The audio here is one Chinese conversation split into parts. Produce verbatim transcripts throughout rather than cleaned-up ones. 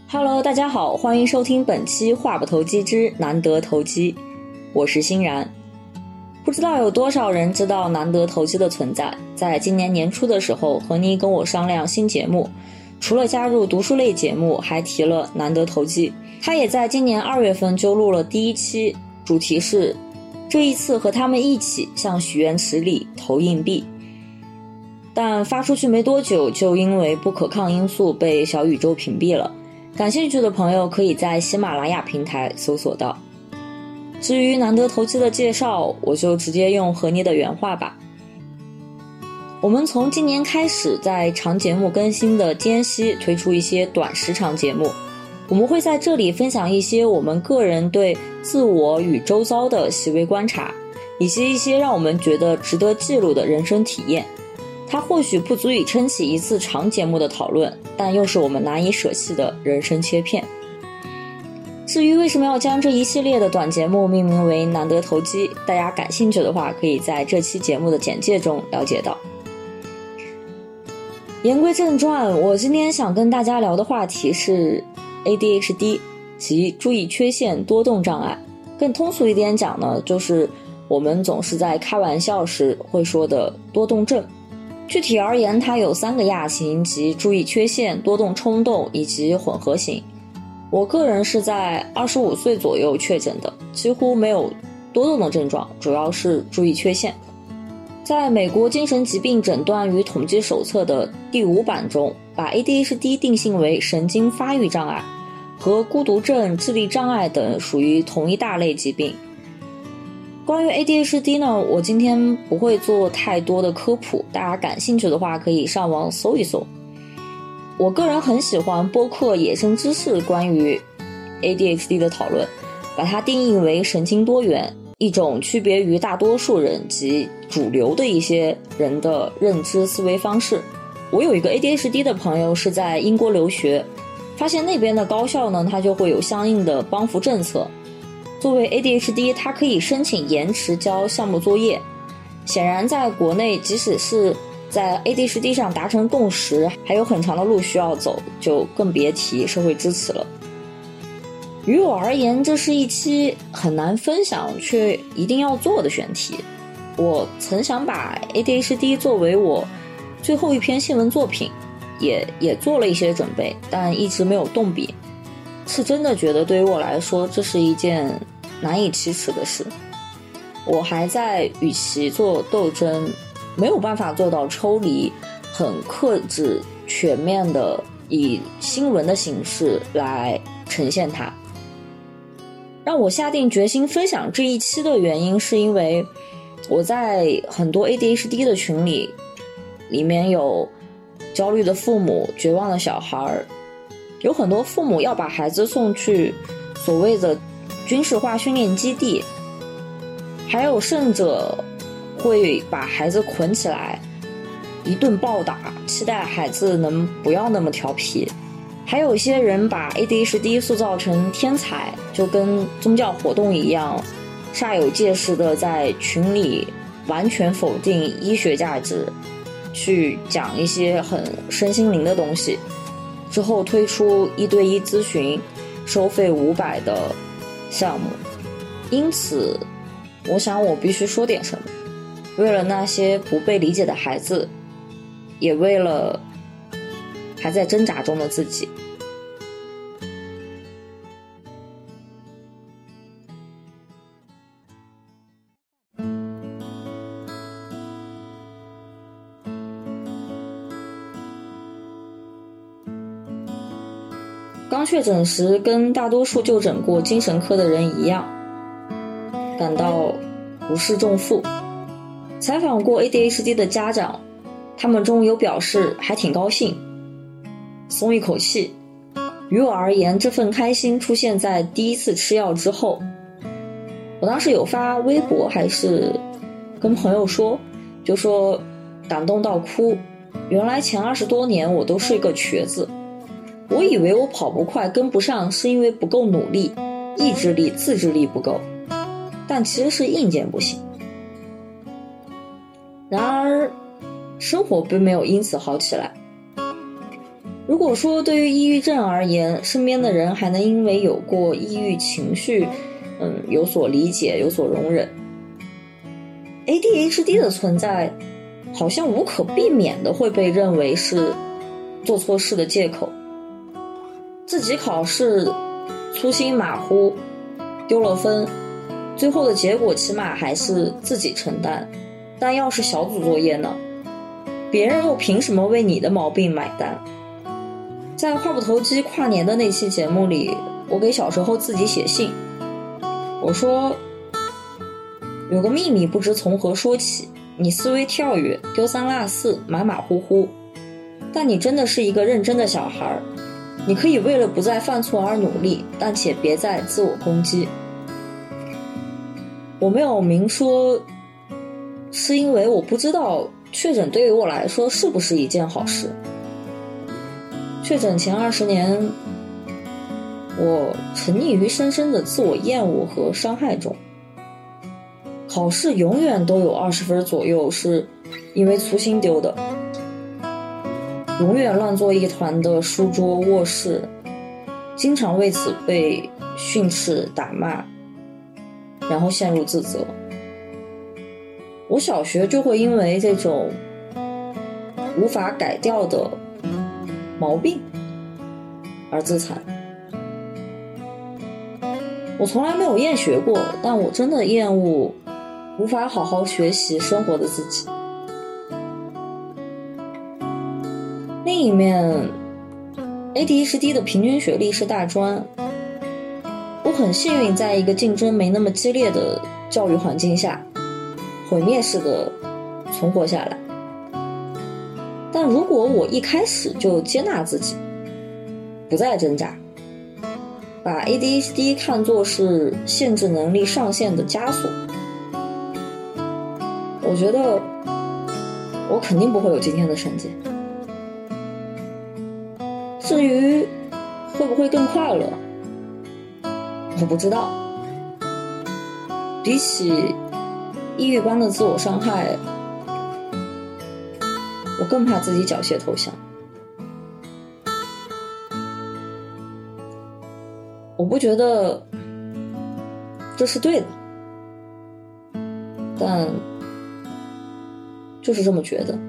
Hello， 大家好，欢迎收听本期话不投机之难得投机，我是欣然。不知道有多少人知道难得投机的存在。在今年年初的时候，何妮跟我商量新节目，除了加入读书类节目，还提了难得投机。他也在今年二月份就录了第一期，主题是这一次和他们一起向许愿池里投硬币。但发出去没多久，就因为不可抗因素被小宇宙屏蔽了。感兴趣的朋友可以在喜马拉雅平台搜索到。至于难得投机的介绍，我就直接用何妮的原话吧。我们从今年开始在长节目更新的间隙推出一些短时长节目，我们会在这里分享一些我们个人对自我与周遭的细微观察，以及一些让我们觉得值得记录的人生体验。它或许不足以撑起一次长节目的讨论，但又是我们难以舍弃的人生切片。至于为什么要将这一系列的短节目命名为难得投机，大家感兴趣的话，可以在这期节目的简介中了解到。言归正传，我今天想跟大家聊的话题是 A D H D 及注意缺陷多动障碍。更通俗一点讲呢，就是我们总是在开玩笑时会说的多动症。具体而言，它有三个亚型，即注意缺陷、多动冲动以及混合型。我个人是在二十五岁左右确诊的，几乎没有多动的症状，主要是注意缺陷。在美国精神疾病诊断与统计手册的第五版中，把 A D H D 定性为神经发育障碍，和孤独症、智力障碍等属于同一大类疾病。关于 A D H D 呢，我今天不会做太多的科普，大家感兴趣的话可以上网搜一搜。我个人很喜欢播客野生知识关于 A D H D 的讨论，把它定义为神经多元，一种区别于大多数人及主流的一些人的认知思维方式。我有一个 A D H D 的朋友是在英国留学，发现那边的高校呢，它就会有相应的帮扶政策。作为 A D H D， 它可以申请延迟交项目作业。显然在国内，即使是在 A D H D 上达成共识，还有很长的路需要走，就更别提社会支持了。于我而言，这是一期很难分享却一定要做的选题。我曾想把 A D H D 作为我最后一篇新闻作品，也也做了一些准备，但一直没有动笔。是真的觉得对于我来说，这是一件难以启齿的事。我还在与其做斗争，没有办法做到抽离，很克制全面的以新闻的形式来呈现它。让我下定决心分享这一期的原因，是因为我在很多 A D H D 的群里，里面有焦虑的父母、绝望的小孩，有很多父母要把孩子送去所谓的军事化训练基地，还有甚者会把孩子捆起来一顿暴打，期待孩子能不要那么调皮。还有一些人把 A D H D 塑造成天才，就跟宗教活动一样，煞有介事的在群里完全否定医学价值，去讲一些很身心灵的东西，之后推出一对一咨询收费五百的项目。因此我想我必须说点什么，为了那些不被理解的孩子，也为了还在挣扎中的自己。刚确诊时，跟大多数就诊过精神科的人一样，感到如释重负。采访过 A D H D 的家长，他们中有表示还挺高兴，松一口气。于我而言，这份开心出现在第一次吃药之后。我当时有发微博，还是跟朋友说，就说感动到哭。原来前二十多年我都是一个瘸子，我以为我跑不快跟不上是因为不够努力，意志力自制力不够，但其实是硬件不行。然而生活并没有因此好起来。 如果说对于抑郁症而言，身边的人还能因为有过抑郁情绪，嗯，有所理解，有所容忍， A D H D 的存在好像无可避免的会被认为是做错事的借口。自己考试粗心马虎，丢了分，最后的结果起码还是自己承担。但要是小组作业呢？别人又凭什么为你的毛病买单？在话不投机跨年的那期节目里，我给小时候自己写信，我说有个秘密不知从何说起，你思维跳跃，丢三落四，马马虎虎，但你真的是一个认真的小孩，你可以为了不再犯错而努力，但且别再自我攻击。我没有明说，是因为我不知道确诊对于我来说是不是一件好事。确诊前二十年，我沉溺于深深的自我厌恶和伤害中。考试永远都有二十分左右是因为粗心丢的，永远乱作一团的书桌卧室，经常为此被训斥打骂，然后陷入自责。我小学就会因为这种无法改掉的毛病而自残。我从来没有厌学过，但我真的厌恶无法好好学习生活的自己。另一面 A D H D 的平均学历是大专，我很幸运在一个竞争没那么激烈的教育环境下毁灭式的存活下来。但如果我一开始就接纳自己，不再挣扎，把 A D H D 看作是限制能力上限的枷锁，我觉得我肯定不会有今天的成绩。至于会不会更快乐，我不知道。比起抑郁般的自我伤害，我更怕自己缴械投降。我不觉得这是对的，但就是这么觉得。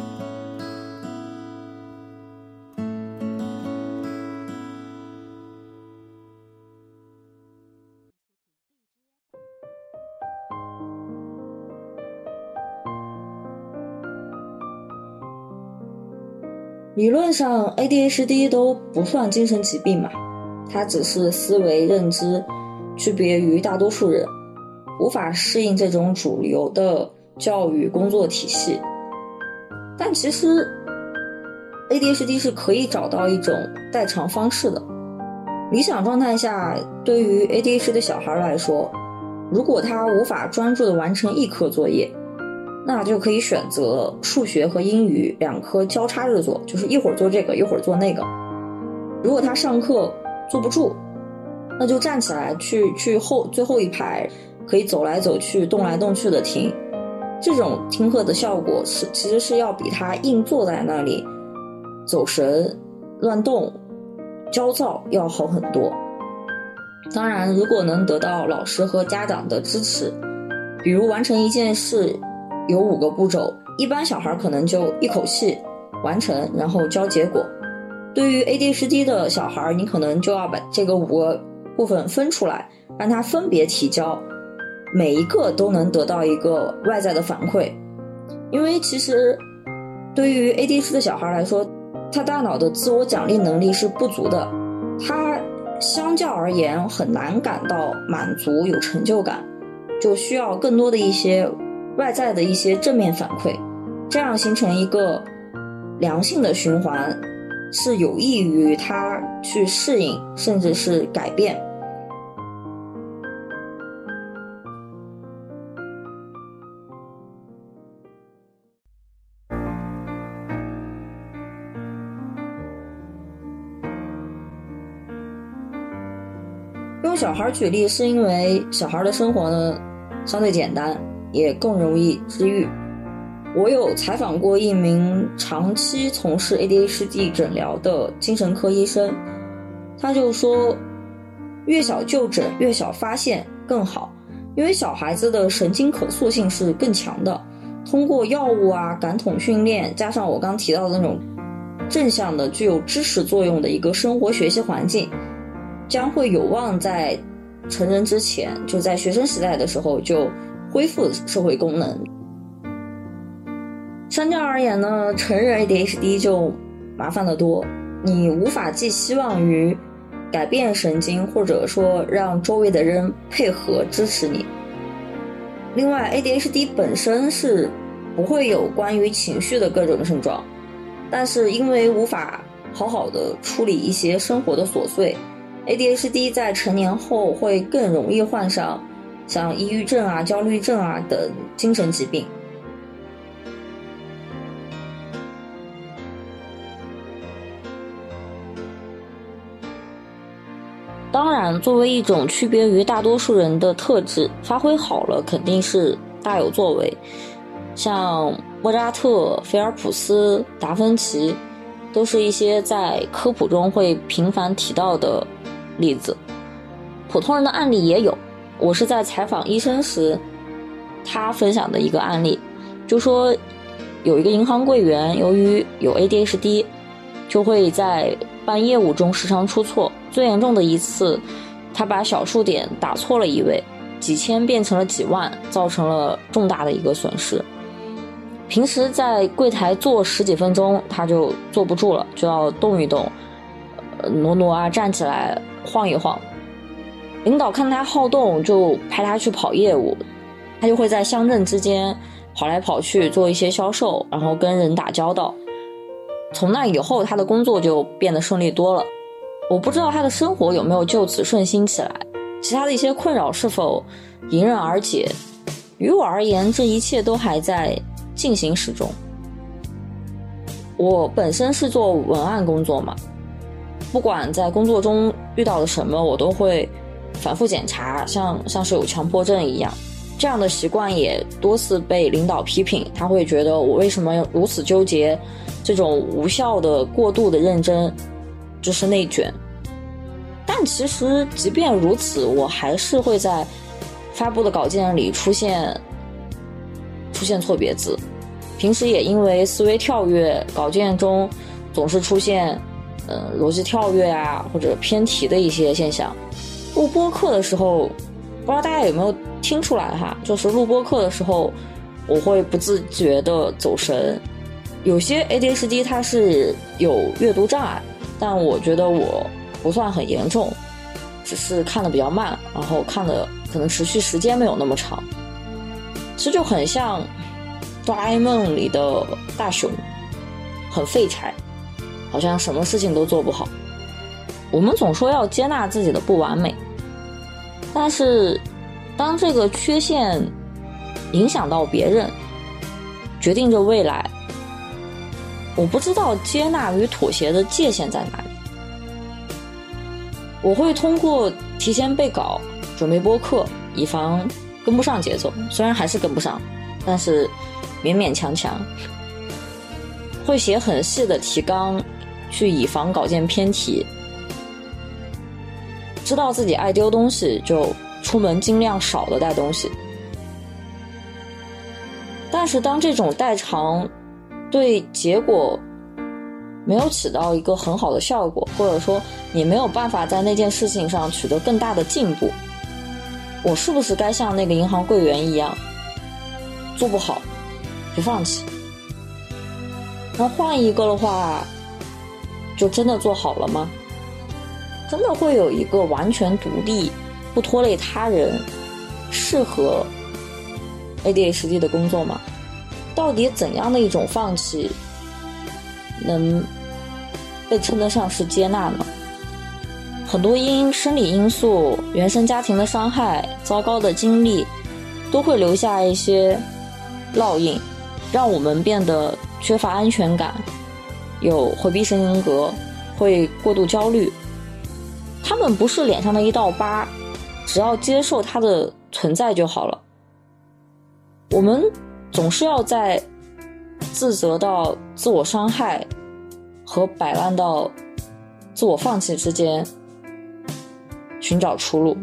理论上 A D H D 都不算精神疾病嘛，它只是思维认知区别于大多数人，无法适应这种主流的教育工作体系。但其实 A D H D 是可以找到一种代偿方式的。理想状态下，对于 A D H D 的小孩来说，如果他无法专注地完成一科作业，那就可以选择数学和英语两科交叉着做，就是一会儿做这个一会儿做那个。如果他上课坐不住，那就站起来去去后最后一排，可以走来走去动来动去的听。这种听课的效果是其实是要比他硬坐在那里走神乱动焦躁要好很多。当然如果能得到老师和家长的支持，比如完成一件事有五个步骤，一般小孩可能就一口气完成，然后交结果。对于 A D H D 的小孩，你可能就要把这个五个部分分出来，让他分别提交，每一个都能得到一个外在的反馈。因为其实对于 A D H D 的小孩来说，他大脑的自我奖励能力是不足的，他相较而言很难感到满足有成就感，就需要更多的一些外在的一些正面反馈，这样形成一个良性的循环，是有益于他去适应甚至是改变。用小孩举例是因为小孩的生活呢相对简单，也更容易治愈。 我有采访过一名长期从事 A D H D 诊疗的精神科医生，他就说越小就诊越小发现更好，因为小孩子的神经可塑性是更强的，通过药物啊、感统训练，加上我刚提到的那种正向的具有支持作用的一个生活学习环境，将会有望在成人之前，就在学生时代的时候就恢复社会功能。相较而言呢，成人 A D H D 就麻烦得多，你无法寄希望于改变神经，或者说让周围的人配合支持你。另外 A D H D 本身是不会有关于情绪的各种症状，但是因为无法好好的处理一些生活的琐碎， A D H D 在成年后会更容易患上像抑郁症啊、焦虑症啊等精神疾病。当然，作为一种区别于大多数人的特质，发挥好了肯定是大有作为。像莫扎特、菲尔普斯、达芬奇，都是一些在科普中会频繁提到的例子。普通人的案例也有，我是在采访医生时，他分享的一个案例，就说有一个银行柜员，由于有 A D H D， 就会在办业务中时常出错。最严重的一次，他把小数点打错了一位，几千变成了几万，造成了重大的一个损失。平时在柜台坐十几分钟，他就坐不住了，就要动一动，呃、挪挪啊，站起来晃一晃。领导看他好动，就派他去跑业务，他就会在乡镇之间跑来跑去，做一些销售，然后跟人打交道。从那以后，他的工作就变得顺利多了。我不知道他的生活有没有就此顺心起来，其他的一些困扰是否迎刃而解。于我而言，这一切都还在进行时中。我本身是做文案工作嘛，不管在工作中遇到了什么，我都会反复检查，像像是有强迫症一样。这样的习惯也多次被领导批评，他会觉得我为什么如此纠结，这种无效的过度的认真就是内卷。但其实即便如此，我还是会在发布的稿件里出现出现错别字，平时也因为思维跳跃，稿件中总是出现呃逻辑跳跃啊或者偏题的一些现象。录播课的时候，不知道大家有没有听出来哈，就是录播课的时候我会不自觉的走神。有些 A D H D 它是有阅读障碍，但我觉得我不算很严重，只是看得比较慢，然后看的可能持续时间没有那么长。其实就很像哆啦 A 梦里的大雄，很废柴，好像什么事情都做不好。我们总说要接纳自己的不完美，但是当这个缺陷影响到别人，决定着未来，我不知道接纳与妥协的界限在哪里。我会通过提前备稿，准备播客，以防跟不上节奏，虽然还是跟不上，但是勉勉强强。会写很细的提纲，去以防稿件偏题。知道自己爱丢东西，就出门尽量少的带东西。但是当这种代偿对结果没有起到一个很好的效果，或者说你没有办法在那件事情上取得更大的进步，我是不是该像那个银行柜员一样，做不好就放弃？那换一个的话，就真的做好了吗？真的会有一个完全独立、不拖累他人、适合 A D H D 的工作吗？到底怎样的一种放弃能被称得上是接纳呢？很多因生理因素、原生家庭的伤害、糟糕的经历，都会留下一些烙印，让我们变得缺乏安全感，有回避型人格，会过度焦虑。他们不是脸上的一道疤，只要接受它的存在就好了。我们总是要在自责到自我伤害和摆烂到自我放弃之间寻找出路。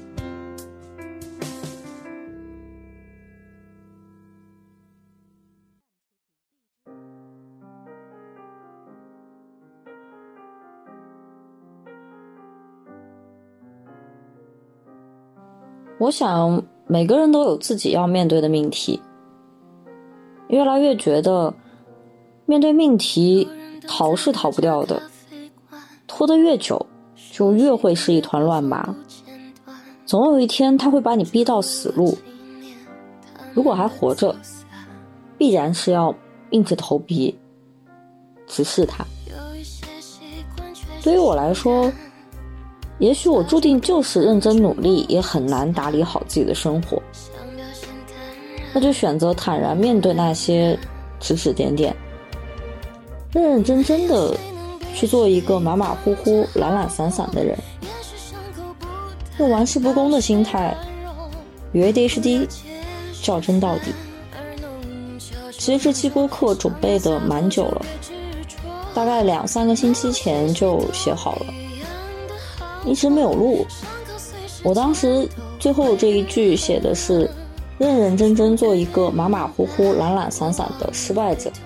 我想每个人都有自己要面对的命题，越来越觉得面对命题逃是逃不掉的，拖得越久就越会是一团乱麻，总有一天他会把你逼到死路。如果还活着，必然是要硬着头皮直视它。对于我来说，也许我注定就是认真努力也很难打理好自己的生活，那就选择坦然面对那些指指点点，认认真真的去做一个马马虎虎懒懒散散的人，用玩世不恭的心态与 A D H D 较真到底。其实这期播客准备的蛮久了，大概两三个星期前就写好了，一直没有录。我当时最后这一句写的是认认真真做一个马马虎虎懒懒散散的失败者。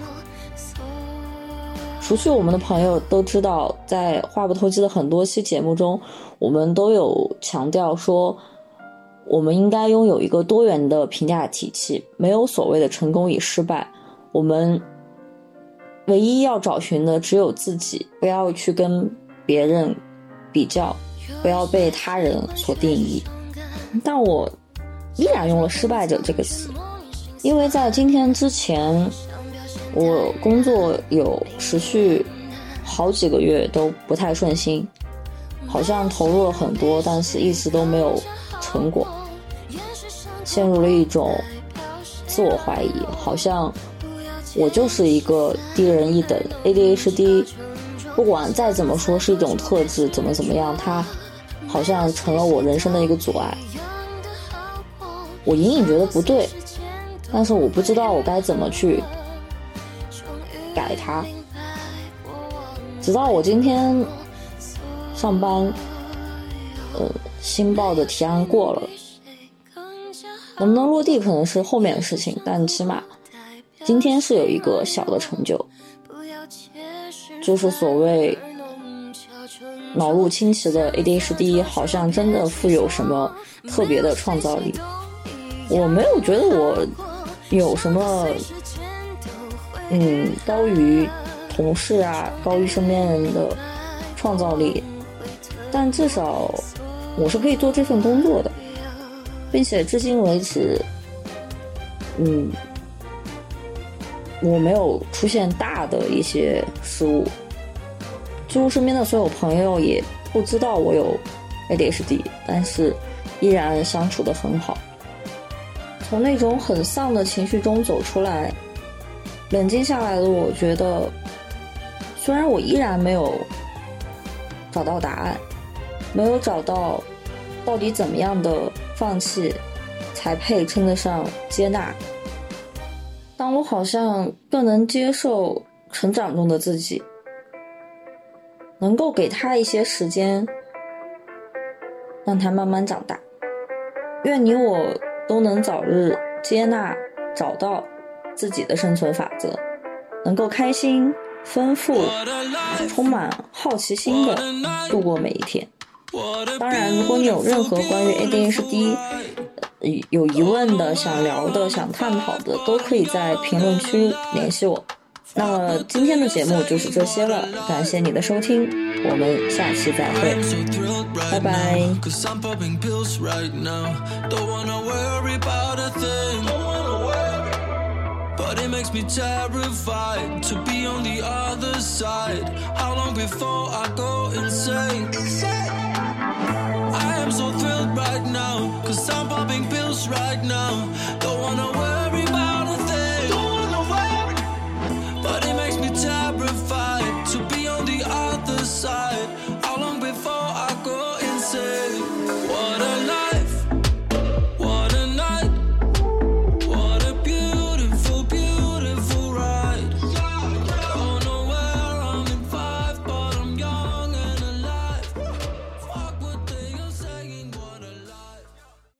熟悉我们的朋友都知道，在话不投机的很多期节目中，我们都有强调说我们应该拥有一个多元的评价体系，没有所谓的成功与失败，我们唯一要找寻的只有自己，不要去跟别人比较，不要被他人所定义。但我依然用了失败者这个词，因为在今天之前我工作有持续好几个月都不太顺心，好像投入了很多，但是一直都没有成果，陷入了一种自我怀疑，好像我就是一个低人一等。 A D H D 不管再怎么说是一种特质，怎么怎么样，它好像成了我人生的一个阻碍。我隐隐觉得不对，但是我不知道我该怎么去改它。直到我今天上班，呃，新报的提案过了，能不能落地可能是后面的事情，但起码今天是有一个小的成就，就是所谓脑路清奇的 A D H D 好像真的富有什么特别的创造力。我没有觉得我有什么嗯高于同事啊，高于身边人的创造力，但至少我是可以做这份工作的，并且至今为止嗯我没有出现大的一些失误，几乎身边的所有朋友也不知道我有 A D H D， 但是依然相处得很好。从那种很丧的情绪中走出来，冷静下来的我觉得，虽然我依然没有找到答案，没有找到到底怎么样的放弃才配称得上接纳，但我好像更能接受成长中的自己，能够给他一些时间，让他慢慢长大。愿你我都能早日接纳，找到自己的生存法则，能够开心、丰富、充满好奇心的度过每一天。当然，如果你有任何关于 A D H D 有疑问的、想聊的、想探讨的，都可以在评论区联系我。那么今天的节目就是这些了，感谢你的收听，我们下期再会，拜拜。But it makes me terrified to be on the other side. How long before I go insane? I am so thrilled right now, 'cause I'm popping pills right now. Don't wanna worry